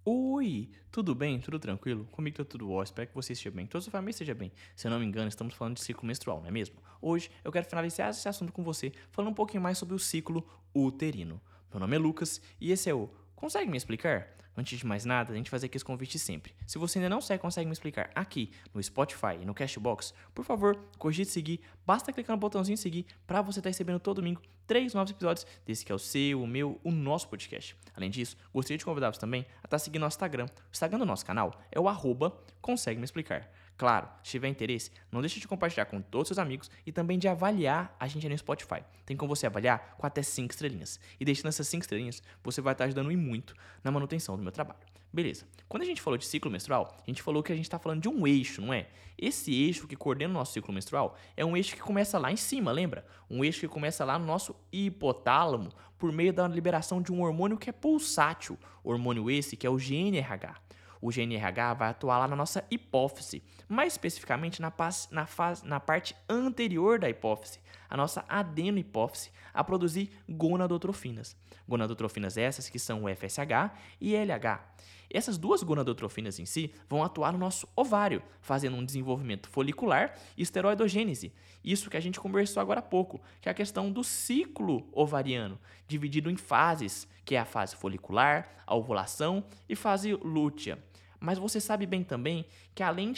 Oi, tudo bem? Tudo tranquilo? Comigo tá tudo ótimo, espero que você esteja bem, que toda a sua família esteja bem. Se eu não me engano, estamos falando de ciclo menstrual, não é mesmo? Hoje eu quero finalizar esse assunto com você, falando um pouquinho mais sobre o ciclo uterino. Meu nome é Lucas e esse é o Consegue Me Explicar? Antes de mais nada, a gente fazer aqui esse convite sempre. Se você ainda não segue Consegue Me Explicar aqui no Spotify e no Cashbox, por favor, cogite seguir, basta clicar no botãozinho seguir para você estar recebendo todo domingo 3 novos episódios desse que é o seu, o meu, o nosso podcast. Além disso, gostaria de convidar você também a estar seguindo nosso Instagram. O Instagram do nosso canal é o Consegue Me Explicar. Claro, se tiver interesse, não deixe de compartilhar com todos os seus amigos e também de avaliar a gente aí no Spotify. Tem como você avaliar com até 5 estrelinhas. E deixando essas 5 estrelinhas, você vai estar ajudando e muito na manutenção do meu trabalho. Beleza. Quando a gente falou de ciclo menstrual, a gente falou que a gente está falando de um eixo, não é? Esse eixo que coordena o nosso ciclo menstrual é um eixo que começa lá em cima, lembra? Um eixo que começa lá no nosso hipotálamo por meio da liberação de um hormônio que é pulsátil. Hormônio esse que é o GnRH. O GnRH vai atuar lá na nossa hipófise, mais especificamente na parte anterior da hipófise, a nossa adenohipófise, a produzir gonadotrofinas. Gonadotrofinas essas que são o FSH e LH. Essas duas gonadotrofinas em si vão atuar no nosso ovário, fazendo um desenvolvimento folicular e esteroidogênese. Isso que a gente conversou agora há pouco, que é a questão do ciclo ovariano, dividido em fases, que é a fase folicular, a ovulação e fase lútea. Mas você sabe bem também que além de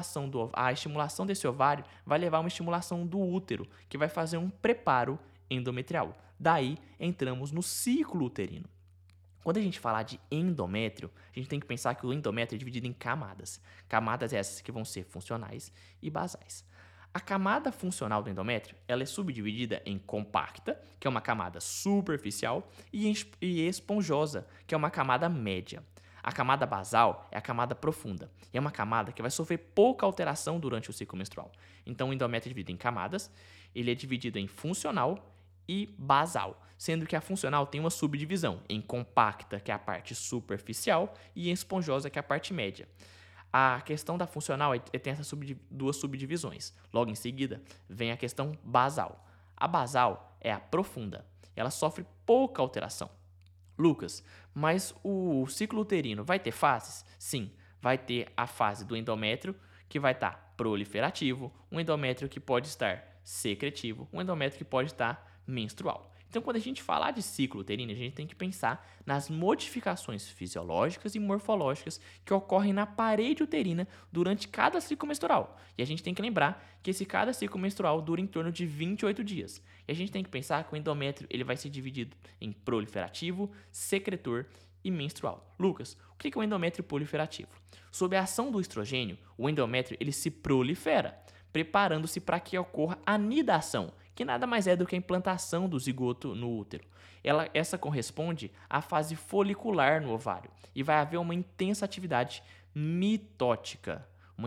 a estimulação desse ovário vai levar a uma estimulação do útero, que vai fazer um preparo endometrial. Daí entramos no ciclo uterino. Quando a gente falar de endométrio, a gente tem que pensar que o endométrio é dividido em camadas. Camadas essas que vão ser funcionais e basais. A camada funcional do endométrio ela é subdividida em compacta, que é uma camada superficial, e esponjosa, que é uma camada média. A camada basal é a camada profunda, e é uma camada que vai sofrer pouca alteração durante o ciclo menstrual. Então, o endométrio é dividido em camadas, ele é dividido em funcional e basal, sendo que a funcional tem uma subdivisão em compacta, que é a parte superficial, e em esponjosa, que é a parte média. A questão da funcional tem essas duas subdivisões. Logo em seguida, vem a questão basal. A basal é a profunda. Ela sofre pouca alteração. Lucas, mas o ciclo uterino vai ter fases? Sim, vai ter a fase do endométrio, que vai estar proliferativo, um endométrio que pode estar secretivo, um endométrio que pode estar menstrual. Então, quando a gente falar de ciclo uterino, a gente tem que pensar nas modificações fisiológicas e morfológicas que ocorrem na parede uterina durante cada ciclo menstrual. E a gente tem que lembrar que cada ciclo menstrual dura em torno de 28 dias. E a gente tem que pensar que o endométrio ele vai ser dividido em proliferativo, secretor e menstrual. Lucas, o que é o endométrio proliferativo? Sob a ação do estrogênio, o endométrio ele se prolifera, preparando-se para que ocorra a nidação, que nada mais é do que a implantação do zigoto no útero. Essa corresponde à fase folicular no ovário e vai haver uma intensa atividade mitótica.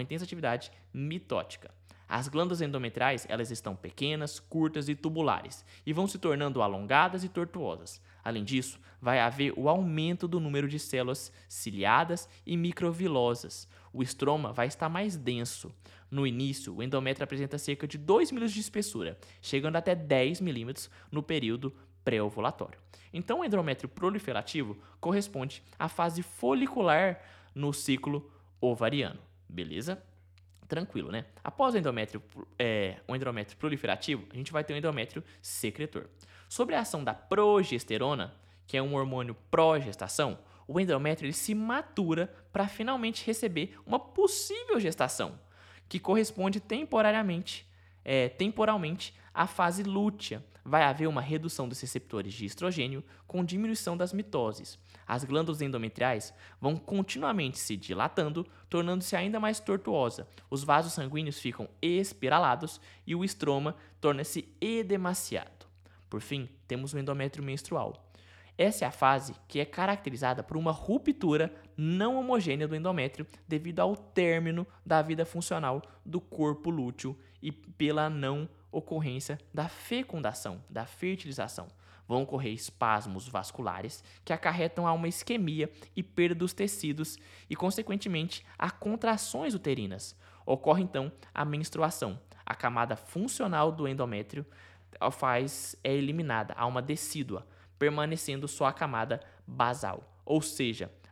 As glândulas endometriais elas estão pequenas, curtas e tubulares e vão se tornando alongadas e tortuosas. Além disso, vai haver o aumento do número de células ciliadas e microvilosas. O estroma vai estar mais denso. No início, o endométrio apresenta cerca de 2 milímetros de espessura, chegando até 10 milímetros no período pré-ovulatório. Então, o endométrio proliferativo corresponde à fase folicular no ciclo ovariano. Beleza? Tranquilo, né? Após o endométrio proliferativo, a gente vai ter o endométrio secretor. Sobre a ação da progesterona, que é um hormônio pró-gestação, o endométrio ele se matura para finalmente receber uma possível gestação, que corresponde temporalmente à fase lútea. Vai haver uma redução dos receptores de estrogênio com diminuição das mitoses. As glândulas endometriais vão continuamente se dilatando, tornando-se ainda mais tortuosa. Os vasos sanguíneos ficam espiralados e o estroma torna-se edemaciado. Por fim, temos o endométrio menstrual. Essa é a fase que é caracterizada por uma ruptura não homogênea do endométrio devido ao término da vida funcional do corpo lúteo e pela não ocorrência da fecundação, da fertilização. Vão ocorrer espasmos vasculares que acarretam a uma isquemia e perda dos tecidos e, consequentemente, a contrações uterinas. Ocorre então a menstruação. A camada funcional do endométrio é eliminada, há uma decídua, permanecendo só a camada basal. Ou seja,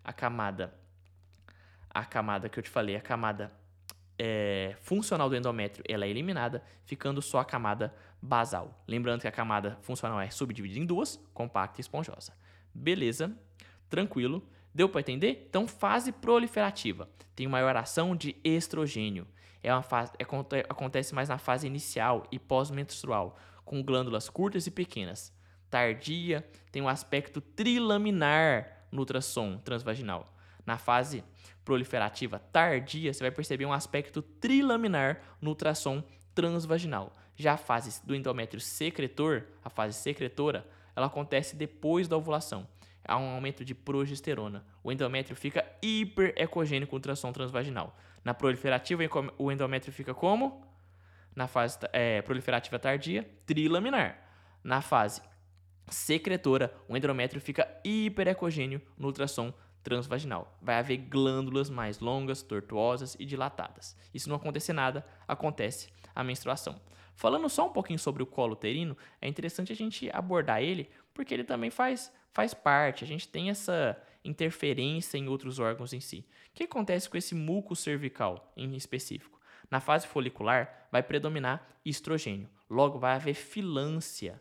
a camada que eu te falei, a camada funcional do endométrio, ela é eliminada, ficando só a camada basal. Lembrando que a camada funcional é subdividida em duas, compacta e esponjosa. Beleza? Tranquilo? Deu para entender? Então, fase proliferativa. Tem maior ação de estrogênio. Acontece mais na fase inicial e pós-menstrual, com glândulas curtas e pequenas. Tardia, tem um aspecto trilaminar no ultrassom transvaginal. Na fase proliferativa tardia, você vai perceber um aspecto trilaminar no ultrassom transvaginal. Já a fase do endométrio secretor, a fase secretora, ela acontece depois da ovulação. Há um aumento de progesterona. O endométrio fica hiperecogênico com ultrassom transvaginal. Na proliferativa, o endométrio fica como? Na fase proliferativa tardia, trilaminar. Na fase secretora, o endométrio fica hiperecogêneo no ultrassom transvaginal. Vai haver glândulas mais longas, tortuosas e dilatadas. E se não acontecer nada, acontece a menstruação. Falando só um pouquinho sobre o colo uterino, é interessante a gente abordar ele, porque ele também faz parte, a gente tem essa interferência em outros órgãos em si. O que acontece com esse muco cervical em específico? Na fase folicular, vai predominar estrogênio. Logo, vai haver filância.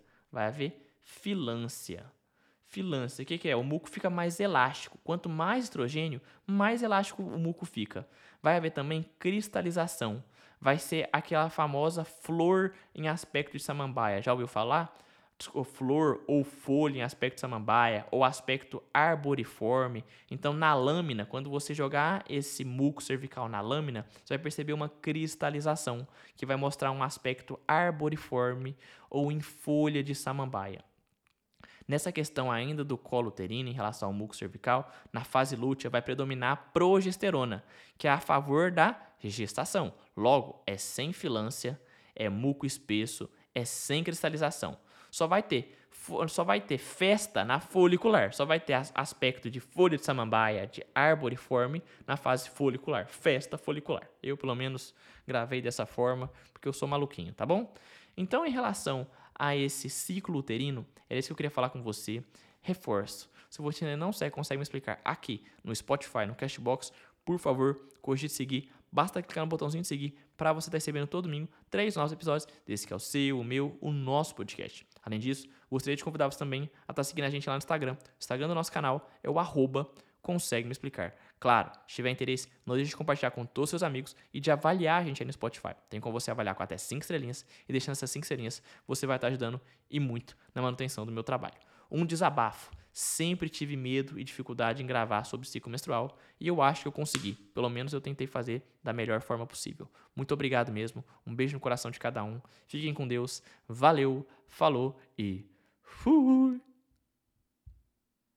Filância, o que é? O muco fica mais elástico. Quanto mais estrogênio, mais elástico o muco fica. Vai haver também cristalização. Vai ser aquela famosa flor em aspecto de samambaia. Já ouviu falar? Flor ou folha em aspecto de samambaia, ou aspecto arboriforme. Então, na lâmina, quando você jogar esse muco cervical na lâmina, você vai perceber uma cristalização, que vai mostrar um aspecto arboriforme ou em folha de samambaia. Nessa questão ainda do colo uterino em relação ao muco cervical, na fase lútea vai predominar a progesterona, que é a favor da gestação. Logo, é sem filância, é muco espesso, é sem cristalização. Só vai ter festa na folicular, só vai ter aspecto de folha de samambaia, de arboriforme na fase folicular, festa folicular. Eu, pelo menos, gravei dessa forma, porque eu sou maluquinho, tá bom? Então, em relação a esse ciclo uterino, era isso que eu queria falar com você. Reforço. Se você ainda não consegue me explicar aqui no Spotify, no Castbox, por favor, cogite seguir. Basta clicar no botãozinho de seguir para você estar recebendo todo domingo 3 novos episódios desse que é o seu, o meu, o nosso podcast. Além disso, gostaria de convidar você também a estar seguindo a gente lá no Instagram. O Instagram do nosso canal é o @consegue me explicar. Claro, se tiver interesse, não deixe de compartilhar com todos os seus amigos e de avaliar a gente aí no Spotify. Tem como você avaliar com até 5 estrelinhas e deixando essas 5 estrelinhas, você vai estar ajudando e muito na manutenção do meu trabalho. Um desabafo. Sempre tive medo e dificuldade em gravar sobre ciclo menstrual e eu acho que eu consegui. Pelo menos eu tentei fazer da melhor forma possível. Muito obrigado mesmo. Um beijo no coração de cada um. Fiquem com Deus. Valeu, falou e fui!